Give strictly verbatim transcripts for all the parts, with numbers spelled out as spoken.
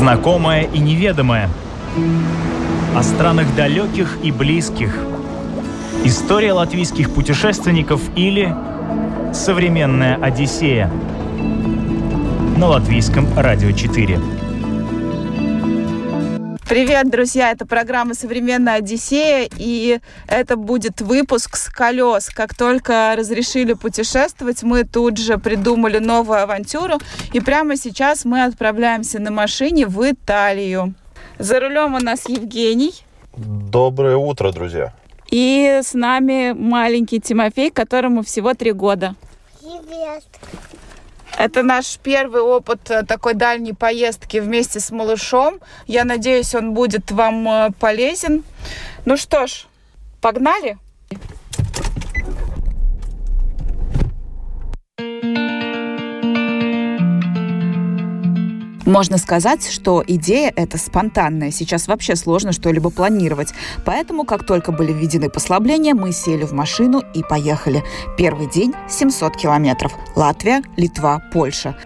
Знакомое и неведомое. О странах далеких и близких. История латвийских путешественников или современная Одиссея. На Латвийском радио четыре. Привет, друзья! Это программа «Современная Одиссея», и это будет выпуск с колес. Как только разрешили путешествовать, мы тут же придумали новую авантюру, и прямо сейчас мы отправляемся на машине в Италию. За рулем у нас Евгений. Доброе утро, друзья! И с нами маленький Тимофей, которому всего три года. Привет! Это наш первый опыт такой дальней поездки вместе с малышом. Я надеюсь, он будет вам полезен. Ну что ж, погнали! Можно сказать, что идея эта спонтанная. Сейчас вообще сложно что-либо планировать. Поэтому, как только были введены послабления, мы сели в машину и поехали. Первый день – семьсот километров. Латвия, Литва, Польша.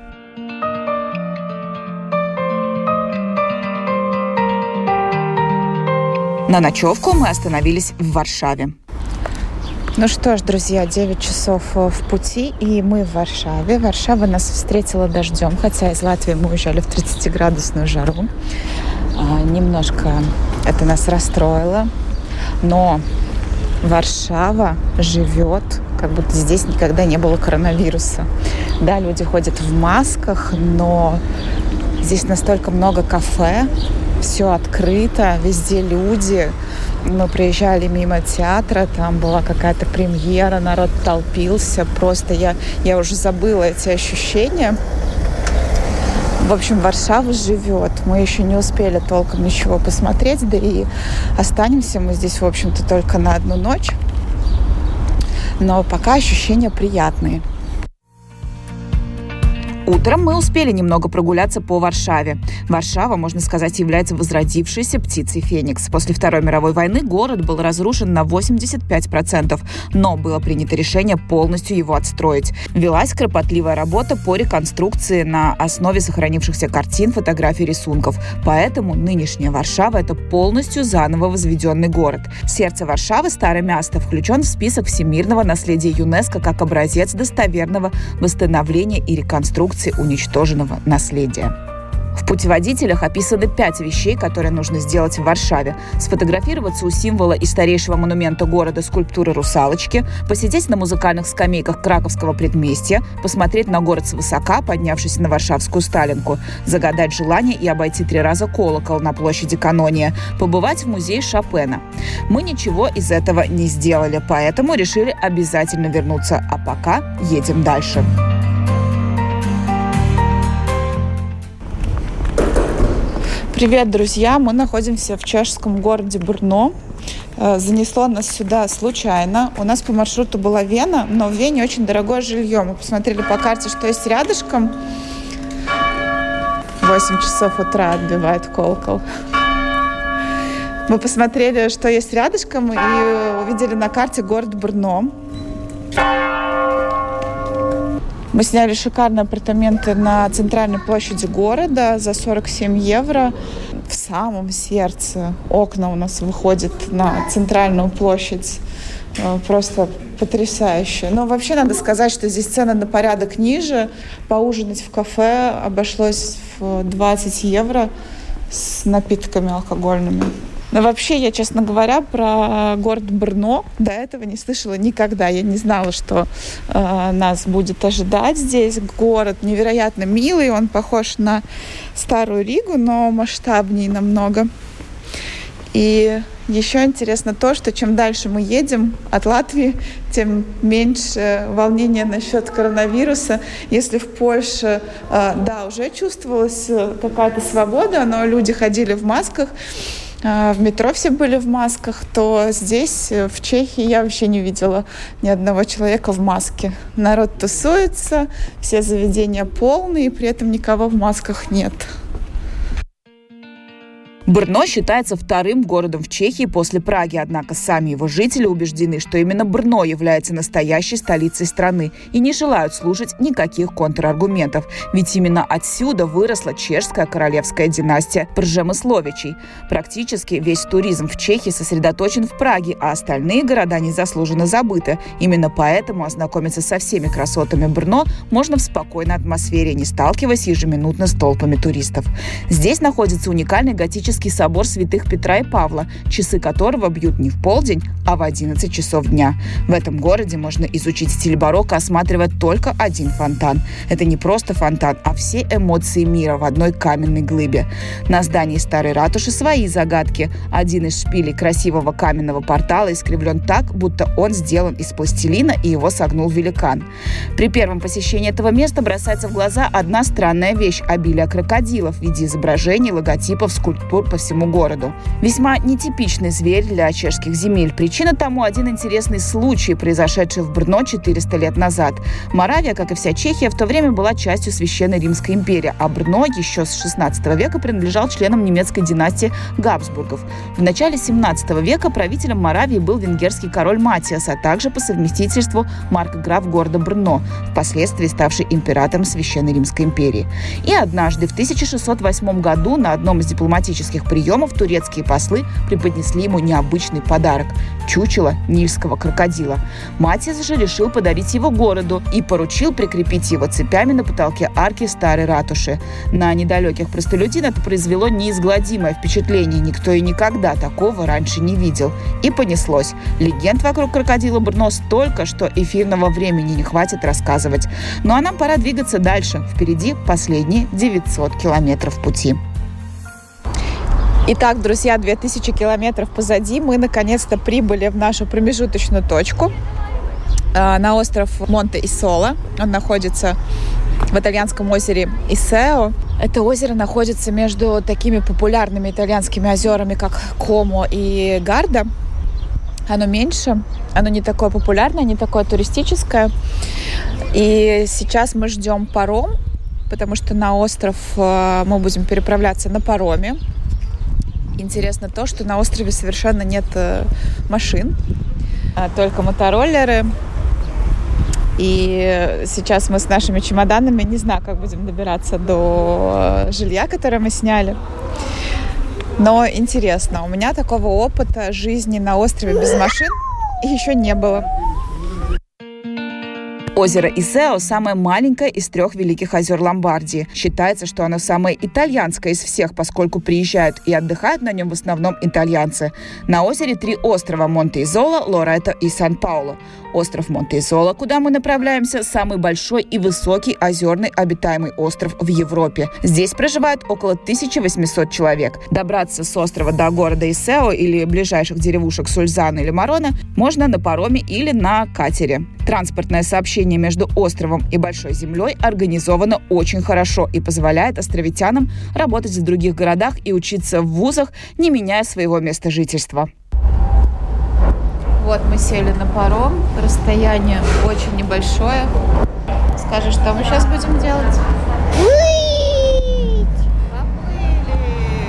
На ночевку мы остановились в Варшаве. Ну что ж, друзья, девять часов в пути, и мы в Варшаве. Варшава нас встретила дождем, хотя из Латвии мы уезжали в тридцатиградусную жару. А, немножко это нас расстроило, но Варшава живет, как будто здесь никогда не было коронавируса. Да, люди ходят в масках, но здесь настолько много кафе, все открыто, везде люди. Мы проезжали мимо театра, там была какая-то премьера, народ толпился. Просто я, я уже забыла эти ощущения. В общем, Варшава живет. Мы еще не успели толком ничего посмотреть, да и останемся мы здесь, в общем-то, только на одну ночь. Но пока ощущения приятные. Утром мы успели немного прогуляться по Варшаве. Варшава, можно сказать, является возродившейся птицей Феникс. После Второй мировой войны город был разрушен на восемьдесят пять процентов, но было принято решение полностью его отстроить. Велась кропотливая работа по реконструкции на основе сохранившихся картин, фотографий, рисунков. Поэтому нынешняя Варшава – это полностью заново возведенный город. Сердце Варшавы, Старое Място, включен в список всемирного наследия ЮНЕСКО как образец достоверного восстановления и реконструкции уничтоженного наследия. В путеводителях описаны пять вещей, которые нужно сделать в Варшаве. Сфотографироваться у символа и старейшего монумента города скульптуры «Русалочки», посидеть на музыкальных скамейках Краковского предместья, посмотреть на город свысока, поднявшись на Варшавскую Сталинку, загадать желание и обойти три раза колокол на площади Канония, побывать в музее Шопена. Мы ничего из этого не сделали, поэтому решили обязательно вернуться, а пока едем дальше. Привет, друзья! Мы находимся в чешском городе Брно. Занесло нас сюда случайно. У нас по маршруту была Вена, но в Вене очень дорогое жилье. Мы посмотрели по карте, что есть рядышком. восемь часов утра отбивает колокол. Мы посмотрели, что есть рядышком, и увидели на карте город Брно. Мы сняли шикарные апартаменты на центральной площади города за сорок семь евро. В самом сердце окна у нас выходят на центральную площадь. Просто потрясающе. Но вообще надо сказать, что здесь цены на порядок ниже. Поужинать в кафе обошлось в двадцать евро с напитками алкогольными. Но вообще, я, честно говоря, про город Брно до этого не слышала никогда. Я не знала, что э, нас будет ожидать здесь. Город невероятно милый, он похож на старую Ригу, но масштабнее намного. И еще интересно то, что чем дальше мы едем от Латвии, тем меньше волнения насчет коронавируса. Если в Польше, э, да, уже чувствовалась какая-то свобода, но люди ходили в масках, в метро все были в масках, то здесь, в Чехии, я вообще не видела ни одного человека в маске. Народ тусуется, все заведения полные, и при этом никого в масках нет. Брно считается вторым городом в Чехии после Праги, однако сами его жители убеждены, что именно Брно является настоящей столицей страны и не желают слушать никаких контраргументов. Ведь именно отсюда выросла чешская королевская династия Пržemyslovičей. Практически весь туризм в Чехии сосредоточен в Праге, а остальные города незаслуженно забыты. Именно поэтому ознакомиться со всеми красотами Брно можно в спокойной атмосфере, не сталкиваясь ежеминутно с толпами туристов. Здесь находится уникальный готический собор святых Петра и Павла, часы которого бьют не в полдень, а в одиннадцать часов дня. В этом городе можно изучить стиль барокко, осматривая только один фонтан. Это не просто фонтан, а все эмоции мира в одной каменной глыбе. На здании старой ратуши свои загадки. Один из шпилей красивого каменного портала искривлен так, будто он сделан из пластилина и его согнул великан. При первом посещении этого места бросается в глаза одна странная вещь – обилие крокодилов в виде изображений, логотипов, скульптур по всему городу. Весьма нетипичный зверь для чешских земель. Причина тому один интересный случай, произошедший в Брно четыреста лет назад. Моравия, как и вся Чехия, в то время была частью Священной Римской империи, а Брно еще с шестнадцатого века принадлежал членам немецкой династии Габсбургов. В начале семнадцатого века правителем Моравии был венгерский король Матиас, а также по совместительству маркграф города Брно, впоследствии ставший императором Священной Римской империи. И однажды в тысяча шестьсот восьмом году на одном из дипломатических приемов турецкие послы преподнесли ему необычный подарок – чучело нильского крокодила. Матиас же решил подарить его городу и поручил прикрепить его цепями на потолке арки старой ратуши. На недалеких простолюдин это произвело неизгладимое впечатление. Никто и никогда такого раньше не видел. И понеслось. Легенд вокруг крокодила Брно столько, что эфирного времени не хватит рассказывать. Ну а нам пора двигаться дальше. Впереди последние девятьсот километров пути. Итак, друзья, две тысячи километров позади. Мы наконец-то прибыли в нашу промежуточную точку на остров Монте-Исола. Он находится в итальянском озере Исео. Это озеро находится между такими популярными итальянскими озерами, как Комо и Гарда. Оно меньше, оно не такое популярное, не такое туристическое. И сейчас мы ждем паром, потому что на остров мы будем переправляться на пароме. Интересно то, что на острове совершенно нет машин, а только мотороллеры. И сейчас мы с нашими чемоданами, не знаю, как будем добираться до жилья, которое мы сняли. Но интересно, у меня такого опыта жизни на острове без машин еще не было. Озеро Исео – самое маленькое из трех великих озер Ломбардии. Считается, что оно самое итальянское из всех, поскольку приезжают и отдыхают на нем в основном итальянцы. На озере три острова – Монте-Изола, Лоретто и Сан-Пауло. Остров Монте-Изола, куда мы направляемся, самый большой и высокий озерный обитаемый остров в Европе. Здесь проживает около тысяча восемьсот человек. Добраться с острова до города Исео или ближайших деревушек Сульзано или Марона можно на пароме или на катере. Транспортное сообщение между островом и Большой землей организовано очень хорошо и позволяет островитянам работать в других городах и учиться в вузах, не меняя своего места жительства. Вот мы сели на паром, расстояние очень небольшое. Скажи, что мы сейчас будем делать? Плыть! Поплыли!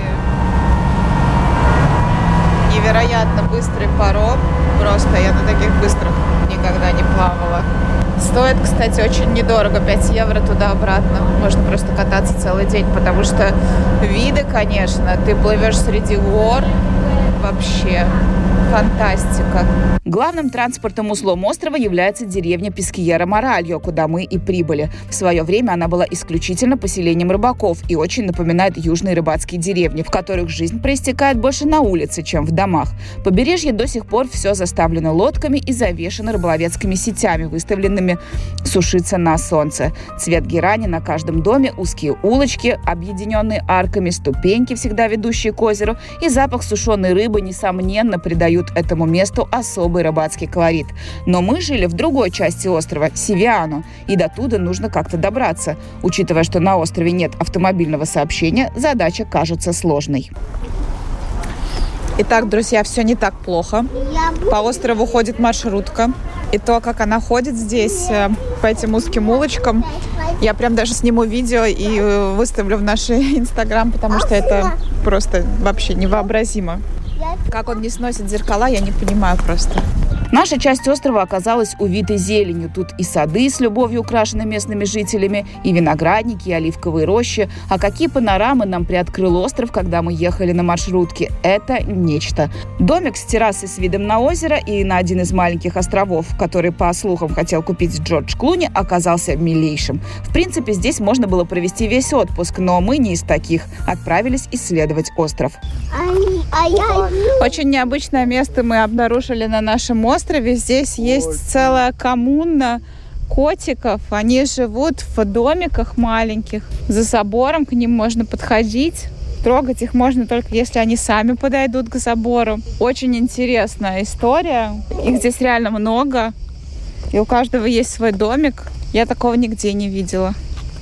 Невероятно быстрый паром. Просто я на таких быстрых никогда не плавала. Стоит, кстати, очень недорого, пять евро туда-обратно. Можно просто кататься целый день, потому что виды, конечно, ты плывешь среди гор, вообще фантастика. Главным транспортным узлом острова является деревня Пескиера-Моральо, куда мы и прибыли. В свое время она была исключительно поселением рыбаков и очень напоминает южные рыбацкие деревни, в которых жизнь проистекает больше на улице, чем в домах. Побережье до сих пор все заставлено лодками и завешено рыболовецкими сетями, выставленными сушиться на солнце. Цвет герани на каждом доме, узкие улочки, объединенные арками, ступеньки, всегда ведущие к озеру, и запах сушеной рыбы, несомненно, придают этому месту особый рыбацкий колорит. Но мы жили в другой части острова, Сивиано, и до туда нужно как-то добраться. Учитывая, что на острове нет автомобильного сообщения, задача кажется сложной. Итак, друзья, все не так плохо. По острову ходит маршрутка. И то, как она ходит здесь по этим узким улочкам. Я прям даже сниму видео и выставлю в наш Инстаграм, потому что это просто вообще невообразимо. Как он не сносит зеркала, я не понимаю просто. Наша часть острова оказалась увитой зеленью. Тут и сады с любовью украшены местными жителями, и виноградники, и оливковые рощи. А какие панорамы нам приоткрыл остров, когда мы ехали на маршрутке. Это нечто. Домик с террасой с видом на озеро и на один из маленьких островов, который, по слухам, хотел купить Джордж Клуни, оказался милейшим. В принципе, здесь можно было провести весь отпуск, но мы не из таких. Отправились исследовать остров. Очень необычное место мы обнаружили на нашем острове. Здесь есть целая коммуна котиков. Они живут в домиках маленьких. За забором к ним можно подходить. Трогать их можно только если они сами подойдут к забору. Очень интересная история. Их здесь реально много. И у каждого есть свой домик. Я такого нигде не видела.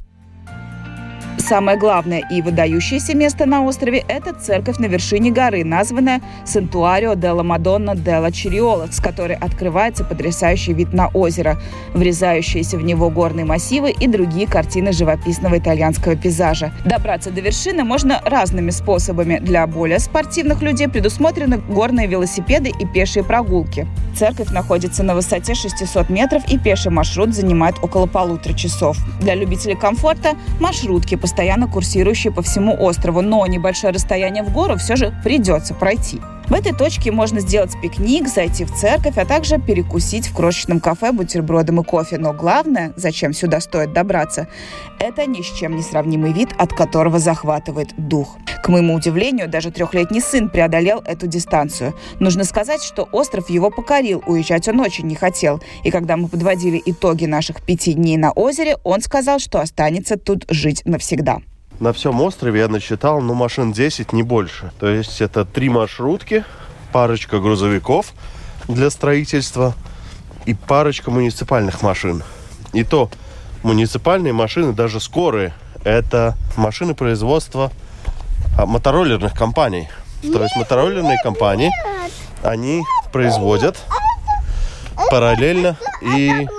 Самое главное и выдающееся место на острове – это церковь на вершине горы, названная Сантуарио делла Мадонна делла Чериола, с которой открывается потрясающий вид на озеро, врезающиеся в него горные массивы и другие картины живописного итальянского пейзажа. Добраться до вершины можно разными способами. Для более спортивных людей предусмотрены горные велосипеды и пешие прогулки. Церковь находится на высоте шестьсот метров, и пеший маршрут занимает около полутора часов. Для любителей комфорта – маршрутки, постоянно курсирующие по всему острову, но небольшое расстояние в гору все же придется пройти. В этой точке можно сделать пикник, зайти в церковь, а также перекусить в крошечном кафе бутербродом и кофе. Но главное, зачем сюда стоит добраться, это ни с чем не сравнимый вид, от которого захватывает дух. К моему удивлению, даже трехлетний сын преодолел эту дистанцию. Нужно сказать, что остров его покорил, уезжать он очень не хотел. И когда мы подводили итоги наших пяти дней на озере, он сказал, что останется тут жить навсегда. На всем острове я насчитал, ну, машин десять, не больше. То есть это три маршрутки, парочка грузовиков для строительства и парочка муниципальных машин. И то муниципальные машины, даже скорые, это машины производства мотороллерных компаний. То есть мотороллерные компании, они производят параллельно и...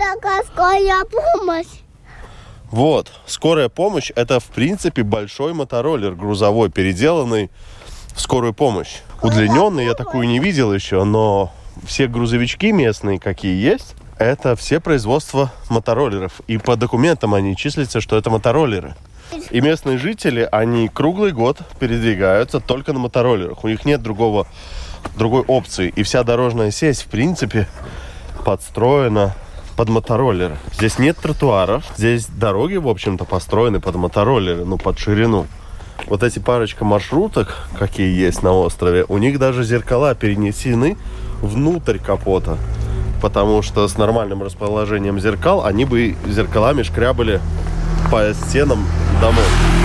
Вот, скорая помощь – это, в принципе, большой мотороллер грузовой, переделанный в скорую помощь. Удлиненный я такую не видел еще, но все грузовички местные, какие есть, это все производства мотороллеров. И по документам они числятся, что это мотороллеры. И местные жители, они круглый год передвигаются только на мотороллерах. У них нет другого, другой опции. И вся дорожная сеть, в принципе, подстроена под мотороллеры. Здесь нет тротуаров. Здесь дороги, в общем-то, построены под мотороллеры, ну, под ширину. Вот эти парочка маршруток, какие есть на острове, у них даже зеркала перенесены внутрь капота. Потому что с нормальным расположением зеркал они бы зеркалами шкрябали по стенам домов.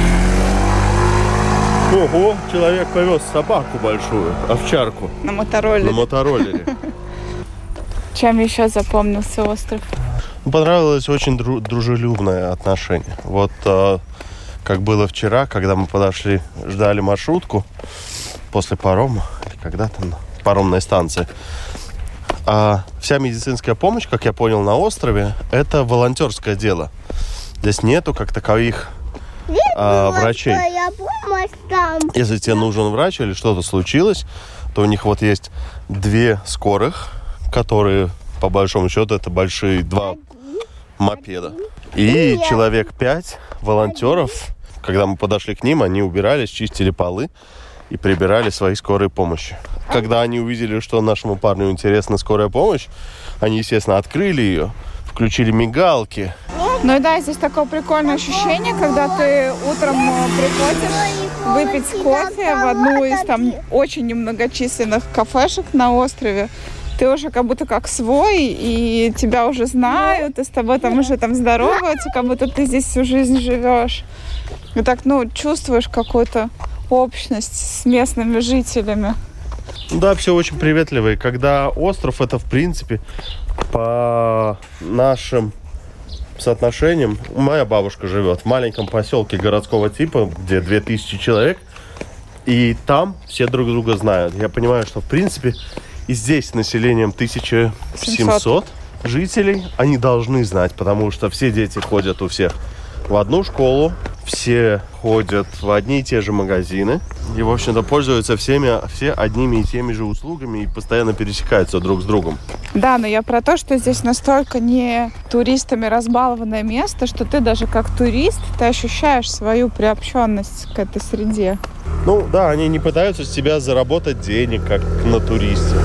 Ого, человек повез собаку большую, овчарку. На мотороллере. На мотороллере. Чем еще запомнился остров? Понравилось очень дру- дружелюбное отношение. Вот э, как было вчера, когда мы подошли, ждали маршрутку после парома, или когда там, паромной станции. А вся медицинская помощь, как я понял, на острове, это волонтерское дело. Здесь нету как таковых э, врачей. Если тебе нужен врач или что-то случилось, то у них вот есть две скорых, которые, по большому счету, это большие два мопеда. И человек пять волонтеров, когда мы подошли к ним, они убирались, чистили полы и прибирали свои скорые помощи. Когда они увидели, что нашему парню интересна скорая помощь, они, естественно, открыли ее, включили мигалки. Ну и да, здесь такое прикольное ощущение, когда ты утром приходишь выпить кофе в одну из там очень немногочисленных кафешек на острове. Ты уже как будто как свой, и тебя уже знают, и с тобой там уже там здороваются, как будто ты здесь всю жизнь живешь. И так, ну, чувствуешь какую-то общность с местными жителями. Да, все очень приветливые. Когда остров, это, в принципе, по нашим соотношениям... Моя бабушка живет в маленьком поселке городского типа, где две тысячи человек, и там все друг друга знают. Я понимаю, что, в принципе... И здесь с населением тысяча семьсот, жителей, они должны знать, потому что все дети ходят у всех в одну школу, все ходят в одни и те же магазины и, в общем-то, пользуются всеми, все одними и теми же услугами и постоянно пересекаются друг с другом. Да, но я про то, что здесь настолько не туристами разбалованное место, что ты даже как турист, ты ощущаешь свою приобщенность к этой среде. Ну да, они не пытаются с тебя заработать денег, как на туристе.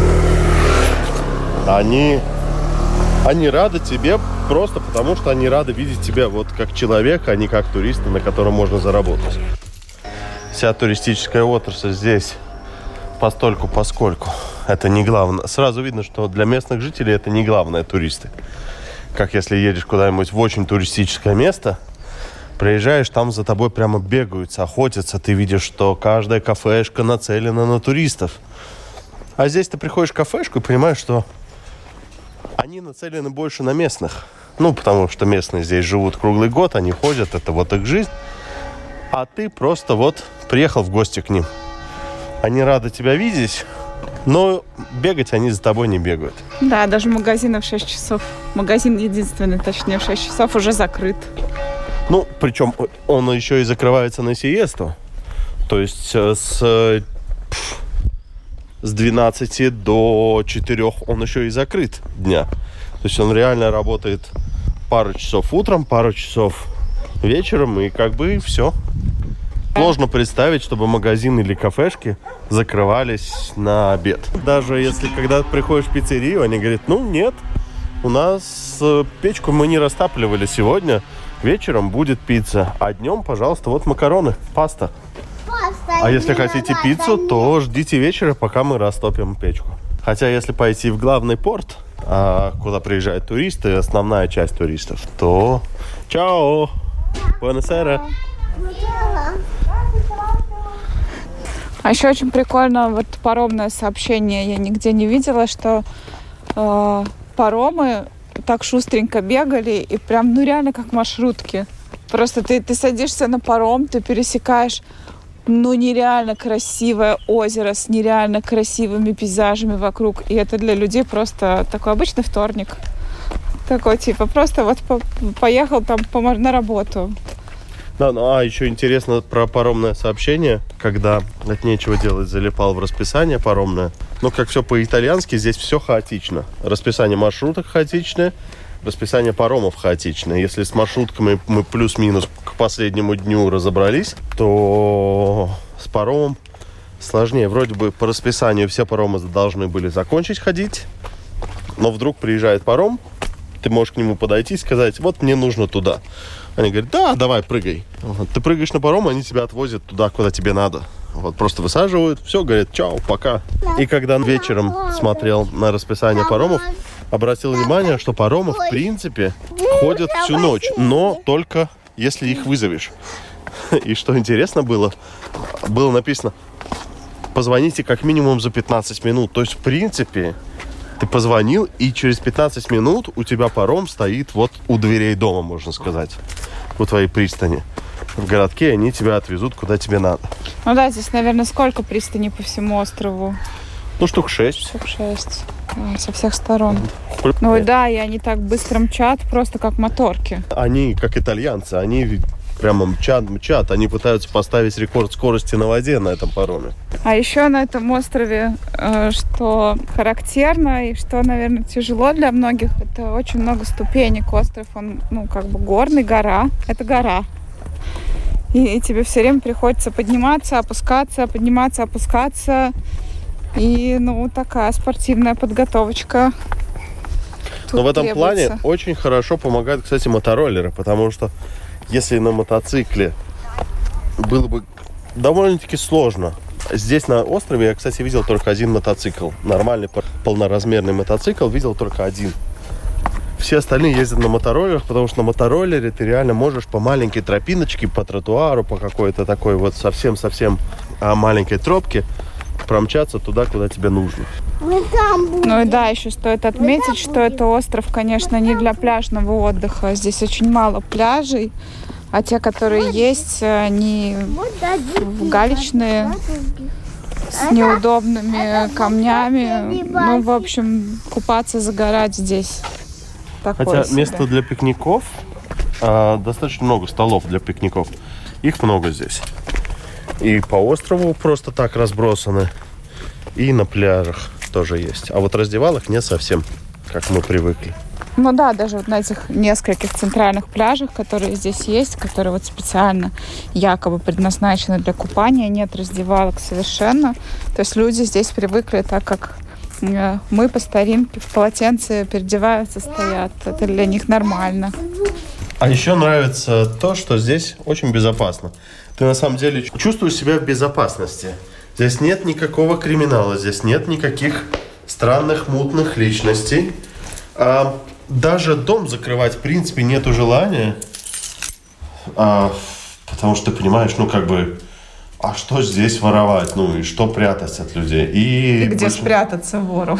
Они, они рады тебе просто потому, что они рады видеть тебя вот как человека, а не как туриста, на котором можно заработать. Вся туристическая отрасль здесь постольку поскольку. Это не главное. Сразу видно, что для местных жителей это не главное туристы. Как если едешь куда-нибудь в очень туристическое место, приезжаешь, там за тобой прямо бегают, охотятся. Ты видишь, что каждая кафешка нацелена на туристов. А здесь ты приходишь в кафешку и понимаешь, что они нацелены больше на местных. Ну, потому что местные здесь живут круглый год, они ходят, это вот их жизнь. А ты просто вот приехал в гости к ним. Они рады тебя видеть, но бегать они за тобой не бегают. Да, даже магазин в шесть часов. Магазин единственный, точнее, в шесть часов уже закрыт. Ну, причем он еще и закрывается на сиесту. То есть с, с двенадцати до четырёх он еще и закрыт дня. То есть он реально работает пару часов утром, пару часов вечером, и как бы все. Сложно представить, чтобы магазины или кафешки закрывались на обед. Даже если когда приходишь в пиццерию, они говорят, ну нет, у нас печку мы не растапливали сегодня, вечером будет пицца, а днем, пожалуйста, вот макароны, паста. А если хотите пиццу, то ждите вечера, пока мы растопим печку. Хотя если пойти в главный порт, куда приезжают туристы, основная часть туристов, то чао, буэнос-айрес. А еще очень прикольно вот паромное сообщение. Я нигде не видела, что э, паромы так шустренько бегали и прям, ну реально как маршрутки. Просто ты, ты садишься на паром, ты пересекаешь, ну нереально красивое озеро с нереально красивыми пейзажами вокруг. И это для людей просто такой обычный вторник. Такой типа просто вот по, поехал там по, на работу. Да, ну а еще интересно про паромное сообщение, когда от нечего делать залипал в расписание паромное. Ну, как все по-итальянски, здесь все хаотично. Расписание маршруток хаотичное, расписание паромов хаотичное. Если с маршрутками мы плюс-минус к последнему дню разобрались, то с паромом сложнее. Вроде бы по расписанию все паромы должны были закончить ходить, но вдруг приезжает паром, ты можешь к нему подойти и сказать, вот мне нужно туда. Они говорят, да, давай, прыгай. Вот, ты прыгаешь на паром, они тебя отвозят туда, куда тебе надо. Вот, просто высаживают, все, говорят, чао, пока. И когда вечером смотрел на расписание паромов, обратил внимание, что паромы, в принципе, ходят всю ночь, но только если их вызовешь. И что интересно было, было написано, позвоните как минимум за пятнадцать минут. То есть, в принципе, ты позвонил, и через пятнадцать минут у тебя паром стоит вот у дверей дома, можно сказать, у твоей пристани. В городке они тебя отвезут, куда тебе надо. Ну да, здесь, наверное, сколько пристаней по всему острову? Ну, штук шесть. Штук шесть. Да, со всех сторон. Ну да, и они так быстро мчат, просто как моторки. Они, как итальянцы, они прямо мчат, мчат. Они пытаются поставить рекорд скорости на воде на этом пароме. А еще на этом острове, что характерно и что, наверное, тяжело для многих, это очень много ступенек. Остров, он, ну, как бы горный, гора. Это гора. И, и тебе все время приходится подниматься, опускаться, подниматься, опускаться. И, ну, такая спортивная подготовочка. Но в этом требуется. плане очень хорошо помогают, кстати, мотороллеры, потому что если на мотоцикле было бы довольно-таки сложно. Здесь на острове я, кстати, видел только один мотоцикл. Нормальный полноразмерный мотоцикл видел только один. Все остальные ездят на мотороллерах, потому что на мотороллере ты реально можешь по маленькой тропиночке, по тротуару, по какой-то такой вот совсем-совсем маленькой тропке промчаться туда, куда тебе нужно. Ну и да, еще стоит отметить, что это остров, конечно, не для пляжного отдыха. Здесь очень мало пляжей, а те, которые есть, они галечные, с неудобными камнями. Ну, в общем, купаться, загорать здесь такое Хотя себе. место для пикников, а, достаточно много столов для пикников. Их много здесь. И по острову просто так разбросаны, и на пляжах тоже есть. А вот раздевалок не совсем, как мы привыкли. Ну да, даже вот на этих нескольких центральных пляжах, которые здесь есть, которые вот специально якобы предназначены для купания, нет раздевалок совершенно. То есть люди здесь привыкли, так как э, мы по старинке в полотенце переодеваются, стоят. Это для них нормально. А еще нравится то, что здесь очень безопасно. Ты на самом деле чувствуешь себя в безопасности. Здесь нет никакого криминала, здесь нет никаких странных, мутных личностей. А даже дом закрывать, в принципе, нету желания. А, потому что ты понимаешь, ну, как бы, а что здесь воровать? Ну, и что прятать от людей? И, И где больше... спрятаться вору?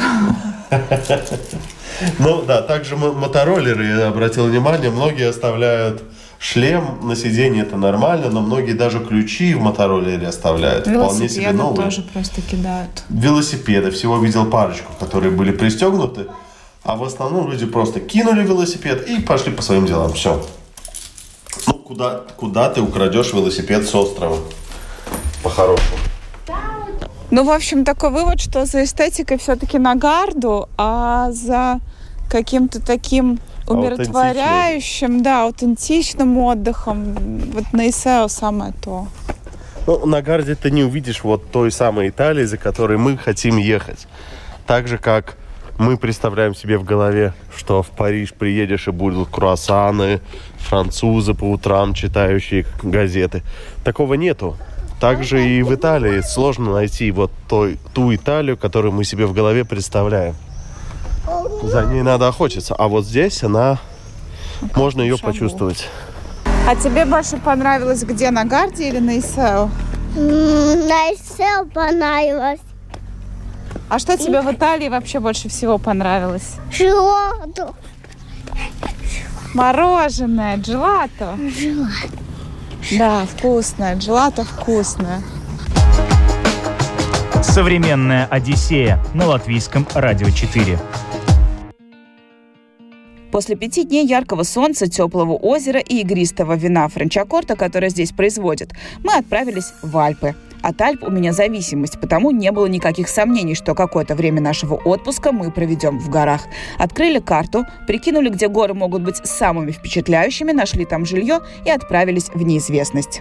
Ну, да, также мотороллеры, я обратил внимание, многие оставляют шлем на сиденье, это нормально, но многие даже ключи в мотороллере оставляют. Вполне себе Велосипеды новые. тоже просто кидают. Велосипеды. Всего видел парочку, которые были пристегнуты. А в основном люди просто кинули велосипед и пошли по своим делам. Все. Ну, куда, куда ты украдешь велосипед с острова? По-хорошему. Ну, в общем, такой вывод, что за эстетикой все-таки на гарду, а за каким-то таким умиротворяющим, да, аутентичным отдыхом вот на Исео самое то. Ну, на гарде ты не увидишь вот той самой Италии, за которой мы хотим ехать. Так же, как мы представляем себе в голове, что в Париж приедешь и будут круассаны, французы по утрам, читающие газеты. Такого нету. Также и в Италии сложно найти вот той, ту Италию, которую мы себе в голове представляем. За ней надо охотиться. А вот здесь она... Можно ее шагу. почувствовать. А тебе больше понравилось где, на гарде или на Исео? На Исео понравилось. А что тебе в Италии вообще больше всего понравилось? Желато. Мороженое, джелато. Желато. Да, вкусное, джелато вкусное. Современная Одиссея на Латвийском радио четыре. После пяти дней яркого солнца, теплого озера и игристого вина Франчакорта, которое здесь производят, мы отправились в Альпы. От Альп у меня зависимость, потому не было никаких сомнений, что какое-то время нашего отпуска мы проведем в горах. Открыли карту, прикинули, где горы могут быть самыми впечатляющими, нашли там жилье и отправились в неизвестность.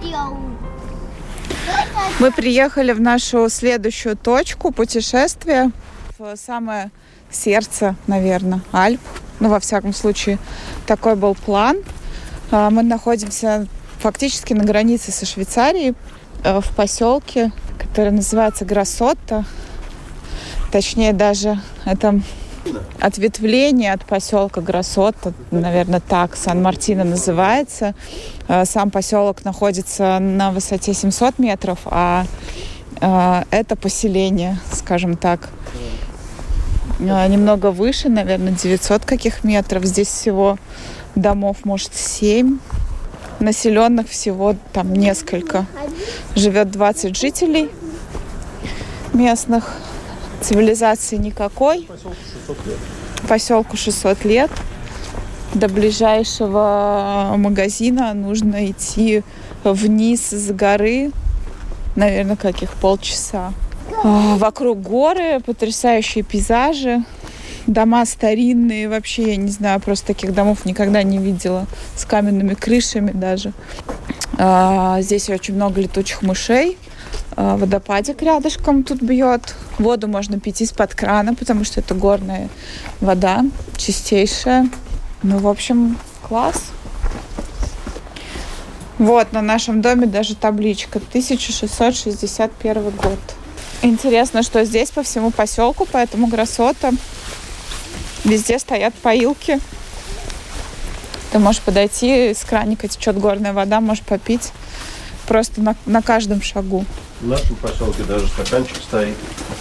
Мы приехали в нашу следующую точку путешествия, в самое сердце, наверное, Альп. Ну, во всяком случае, такой был план. Мы находимся фактически на границе со Швейцарией, в поселке, который называется Гроссотто. Точнее, даже это ответвление от поселка Гроссотто, наверное, так, Сан-Мартино называется. Сам поселок находится на высоте семьсот метров, а это поселение, скажем так, немного выше, наверное, девятьсот каких метров. Здесь всего домов, может, семь. Населенных всего там несколько. Живет двадцать жителей местных. Цивилизации никакой. Поселку шестьсот лет. До ближайшего магазина нужно идти вниз с горы. Наверное, каких полчаса. Вокруг горы, потрясающие пейзажи. Дома старинные, вообще, я не знаю, просто таких домов никогда не видела. С каменными крышами даже. А, здесь очень много летучих мышей. А, водопадик рядышком тут бьет. Воду можно пить из-под крана, потому что это горная вода, чистейшая. Ну, в общем, класс. Вот, на нашем доме даже табличка тысяча шестьсот шестьдесят первый год. Интересно, что здесь по всему поселку, по этому Гроссотто, везде стоят поилки. Ты можешь подойти, из краника течет горная вода, можешь попить просто на, на каждом шагу. В нашем поселке даже стаканчик стоит.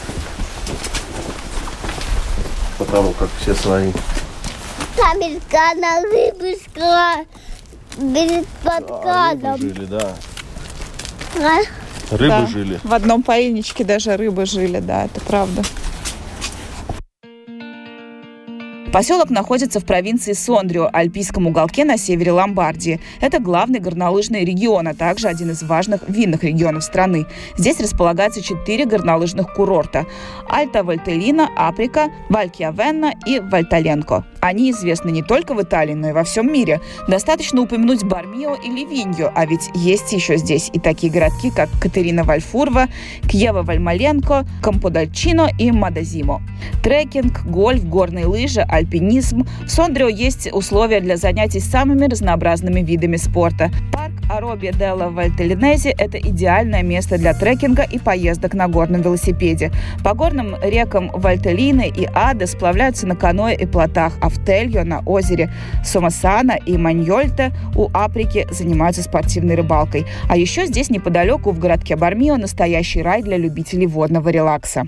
Потому как все свои. Там из крана рыбышка. Без под краном. Жили, да. А? Рыбы да. жили. В одном поильничке даже рыбы жили, да, это правда. Поселок находится в провинции Сондрио, альпийском уголке на севере Ломбардии. Это главный горнолыжный регион, а также один из важных винных регионов страны. Здесь располагаются четыре горнолыжных курорта – Альта Вальтеллина, Априка, Валь-Кьявенна и Вальталенко. Они известны не только в Италии, но и во всем мире. Достаточно упомянуть Бармио и Ливинью, а ведь есть еще здесь и такие городки, как Катерина Вальфурва, Кьева Вальмаленко, Камподольчино и Мадазимо. Трекинг, гольф, горные лыжи, альпинизм. В Сондрио есть условия для занятий самыми разнообразными видами спорта. Парк Аробия делла Вальтеллинезе – это идеальное место для трекинга и поездок на горном велосипеде. По горным рекам Вальтеллины и Аде сплавляются на каноэ и плотах, а в Тельо на озере Сомасана и Маньольте у Априки занимаются спортивной рыбалкой. А еще здесь неподалеку в городке Бармио настоящий рай для любителей водного релакса.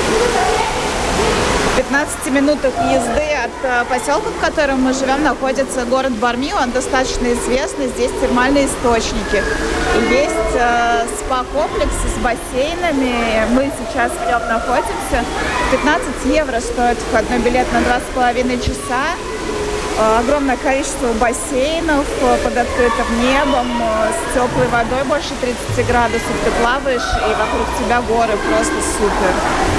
В пятнадцати минутах езды от поселка, в котором мы живем, находится город Бармио. Он достаточно известный. Здесь термальные источники. И есть э, спа-комплексы с бассейнами. Мы сейчас в нем находимся. пятнадцать евро стоит входной билет на два с половиной часа. Э, огромное количество бассейнов э, под открытым небом, э, с теплой водой больше тридцати градусов. Ты плаваешь, и вокруг тебя горы. Просто супер.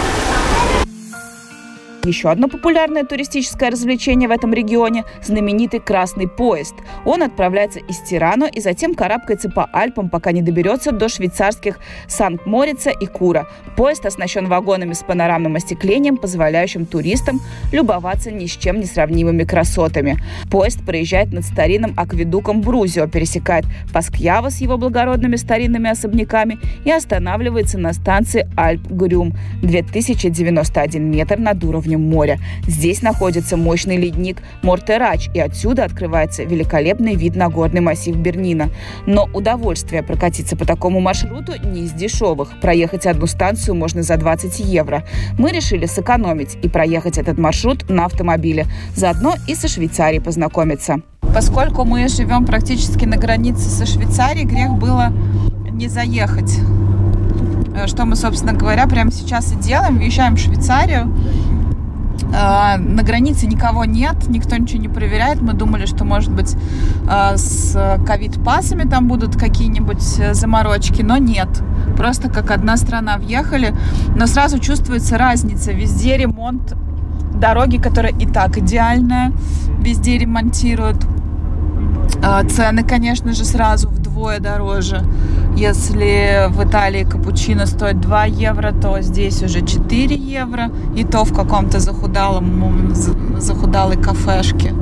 Еще одно популярное туристическое развлечение в этом регионе – знаменитый красный поезд. Он отправляется из Тирано и затем карабкается по Альпам, пока не доберется до швейцарских Санкт-Морица и Кура. Поезд оснащен вагонами с панорамным остеклением, позволяющим туристам любоваться ни с чем не сравнимыми красотами. Поезд проезжает над старинным акведуком Брузио, пересекает Паскьяво с его благородными старинными особняками и останавливается на станции Альп-Грюм – две тысячи девяносто один метр над уровнем моря. Здесь находится мощный ледник Мортерач, и отсюда открывается великолепный вид на горный массив Бернина. Но удовольствие прокатиться по такому маршруту не из дешевых. Проехать одну станцию можно за двадцать евро. Мы решили сэкономить и проехать этот маршрут на автомобиле. Заодно и со Швейцарией познакомиться. Поскольку мы живем практически на границе со Швейцарией, грех было не заехать. Что мы, собственно говоря, прямо сейчас и делаем. Въезжаем в Швейцарию. На границе никого нет, никто ничего не проверяет. Мы думали, что, может быть, с ковид-пассами там будут какие-нибудь заморочки, но нет. Просто как одна страна въехали. Но сразу чувствуется разница. Везде ремонт дороги, которая и так идеальная, везде ремонтируют. Цены, конечно же, сразу вдвое дороже. Если в Италии капучино стоит два евро, то здесь уже четыре евро. И то в каком-то захудалом, захудалой кафешке.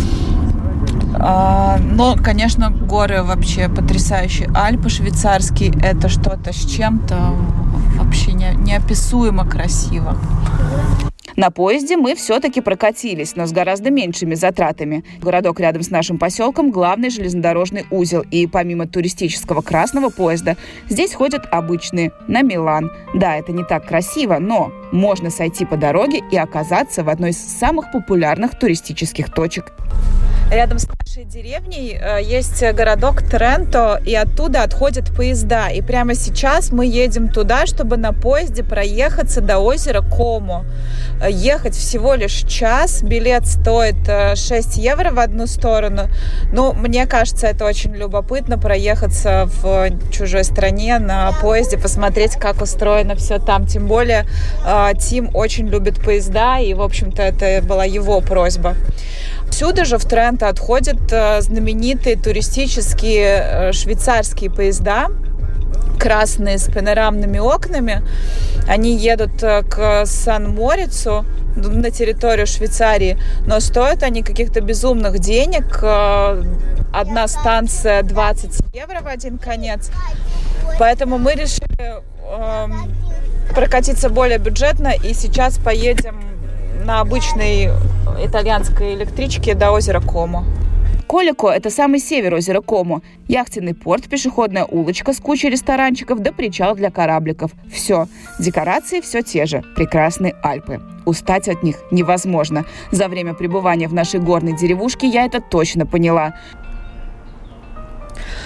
Но, конечно, горы вообще потрясающие. Альпы швейцарские – это что-то с чем-то вообще неописуемо красиво. На поезде мы все-таки прокатились, но с гораздо меньшими затратами. Городок рядом с нашим поселком – главный железнодорожный узел. И помимо туристического красного поезда, здесь ходят обычные на Милан. Да, это не так красиво, но можно сойти по дороге и оказаться в одной из самых популярных туристических точек. Рядом с нашей деревней есть городок Тренто, и оттуда отходят поезда. И прямо сейчас мы едем туда, чтобы на поезде проехаться до озера Комо. Ехать всего лишь час, билет стоит шесть евро в одну сторону. Ну, мне кажется, это очень любопытно, проехаться в чужой стране на поезде, посмотреть, как устроено все там. Тем более, Тим очень любит поезда, и, в общем-то, это была его просьба. Отсюда же в Тренто отходят знаменитые туристические швейцарские поезда, красные с панорамными окнами. Они едут к Сан-Морицу, на территорию Швейцарии, но стоят они каких-то безумных денег. Одна станция двадцать евро в один конец. Поэтому мы решили э, прокатиться более бюджетно, и сейчас поедем на обычной итальянской электричке до озера Комо. Колико – это самый север озера Комо. Яхтенный порт, пешеходная улочка с кучей ресторанчиков до причал для корабликов. Все. Декорации все те же. Прекрасные Альпы. Устать от них невозможно. За время пребывания в нашей горной деревушке я это точно поняла.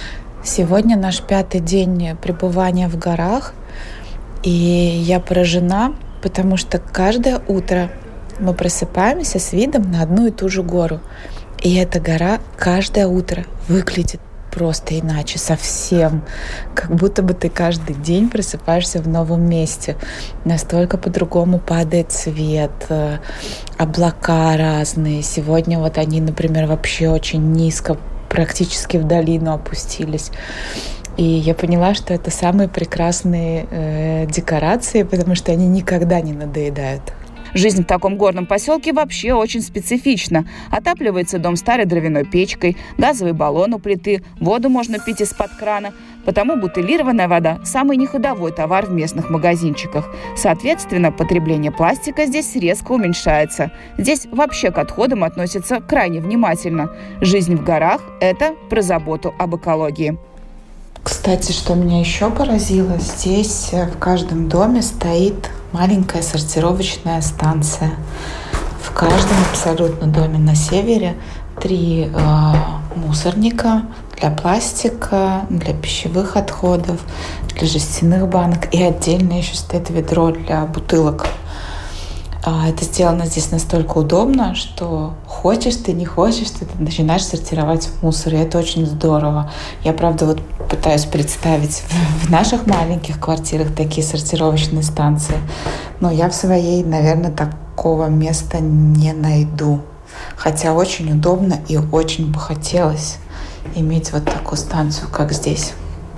Сегодня наш пятый день пребывания в горах, и я поражена, потому что каждое утро мы просыпаемся с видом на одну и ту же гору. И эта гора каждое утро выглядит просто иначе, совсем. Как будто бы ты каждый день просыпаешься в новом месте. Настолько по-другому падает свет, облака разные. Сегодня вот они, например, вообще очень низко, практически в долину опустились. И я поняла, что это самые прекрасные э, декорации, потому что они никогда не надоедают. Жизнь в таком горном поселке вообще очень специфична. Отапливается дом старой дровяной печкой, газовый баллон у плиты, воду можно пить из-под крана. Потому бутылированная вода – самый неходовой товар в местных магазинчиках. Соответственно, потребление пластика здесь резко уменьшается. Здесь вообще к отходам относятся крайне внимательно. Жизнь в горах – это про заботу об экологии. Кстати, что меня еще поразило, здесь в каждом доме стоит маленькая сортировочная станция. В каждом абсолютно доме на севере три э, мусорника для пластика, для пищевых отходов, для жестяных банок, и отдельно еще стоит ведро для бутылок. Это сделано здесь настолько удобно, что хочешь ты, не хочешь, ты начинаешь сортировать мусор, и это очень здорово. Я, правда, вот пытаюсь представить в наших маленьких квартирах такие сортировочные станции, но я в своей, наверное, такого места не найду. Хотя очень удобно и очень бы хотелось иметь вот такую станцию, как здесь.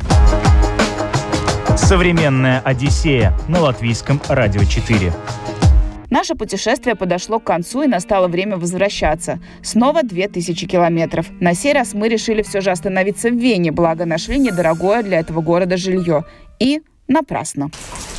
Современная Одиссея на Латвийском радио четыре. Наше путешествие подошло к концу, и настало время возвращаться. Снова две тысячи километров. На сей раз мы решили все же остановиться в Вене, благо нашли недорогое для этого города жилье. И напрасно.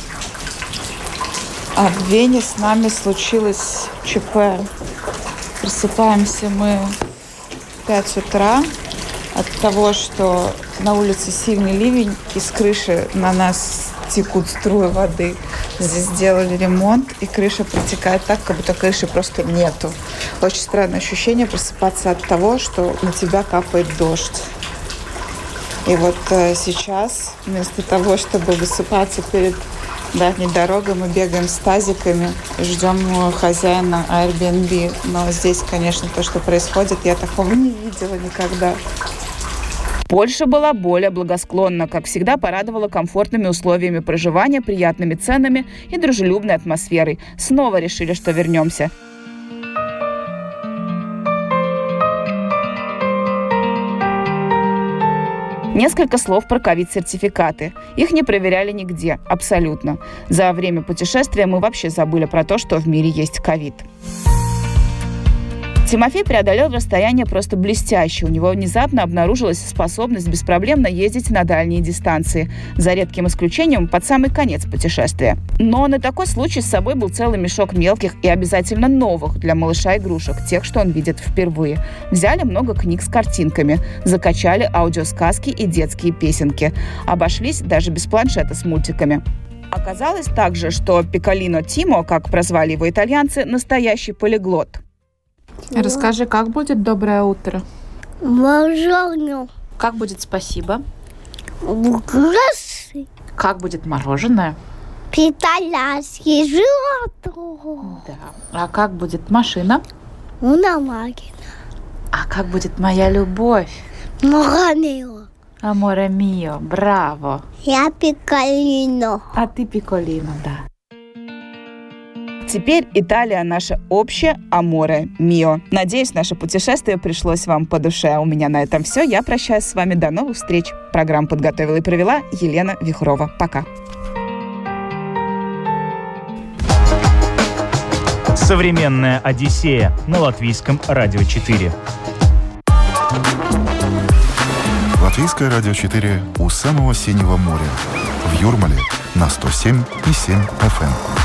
А в Вене с нами случилось ЧП. Просыпаемся мы в пять утра от того, что на улице сильный ливень, и с крыши на нас текут струи воды. Здесь сделали ремонт, и крыша протекает так, как будто крыши просто нету. Очень странное ощущение просыпаться от того, что на тебя капает дождь. И вот э, сейчас, вместо того, чтобы высыпаться перед дальней дорогой, мы бегаем с тазиками, ждем хозяина Airbnb. Но здесь, конечно, то, что происходит, я такого не видела никогда. Польша была более благосклонна, как всегда порадовала комфортными условиями проживания, приятными ценами и дружелюбной атмосферой. Снова решили, что вернемся. Несколько слов про ковид-сертификаты. Их не проверяли нигде, абсолютно. За время путешествия мы вообще забыли про то, что в мире есть ковид. Тимофей преодолел расстояние просто блестяще. У него внезапно обнаружилась способность беспроблемно ездить на дальние дистанции, за редким исключением под самый конец путешествия. Но на такой случай с собой был целый мешок мелких и обязательно новых для малыша игрушек, тех, что он видит впервые. Взяли много книг с картинками, закачали аудиосказки и детские песенки. Обошлись даже без планшета с мультиками. Оказалось также, что Пикколино Тимо, как прозвали его итальянцы, настоящий полиглот. Расскажи, как будет доброе утро? Мороженое. Как будет спасибо? Красный. Как будет мороженое? Итальянский живот. Да. А как будет машина? Una máquina. А как будет моя любовь? Мороженое. Аморе мио, браво. Я Пикколино. А ты Пикколино, да. Теперь Италия – наше общее аморе мио. Надеюсь, наше путешествие пришлось вам по душе. У меня на этом все. Я прощаюсь с вами. До новых встреч. Программу подготовила и провела Елена Вихрова. Пока. Современная Одиссея на Латвийском радио четыре. Латвийское радио четыре у самого синего моря. В Юрмале на сто семь и семь эф эм.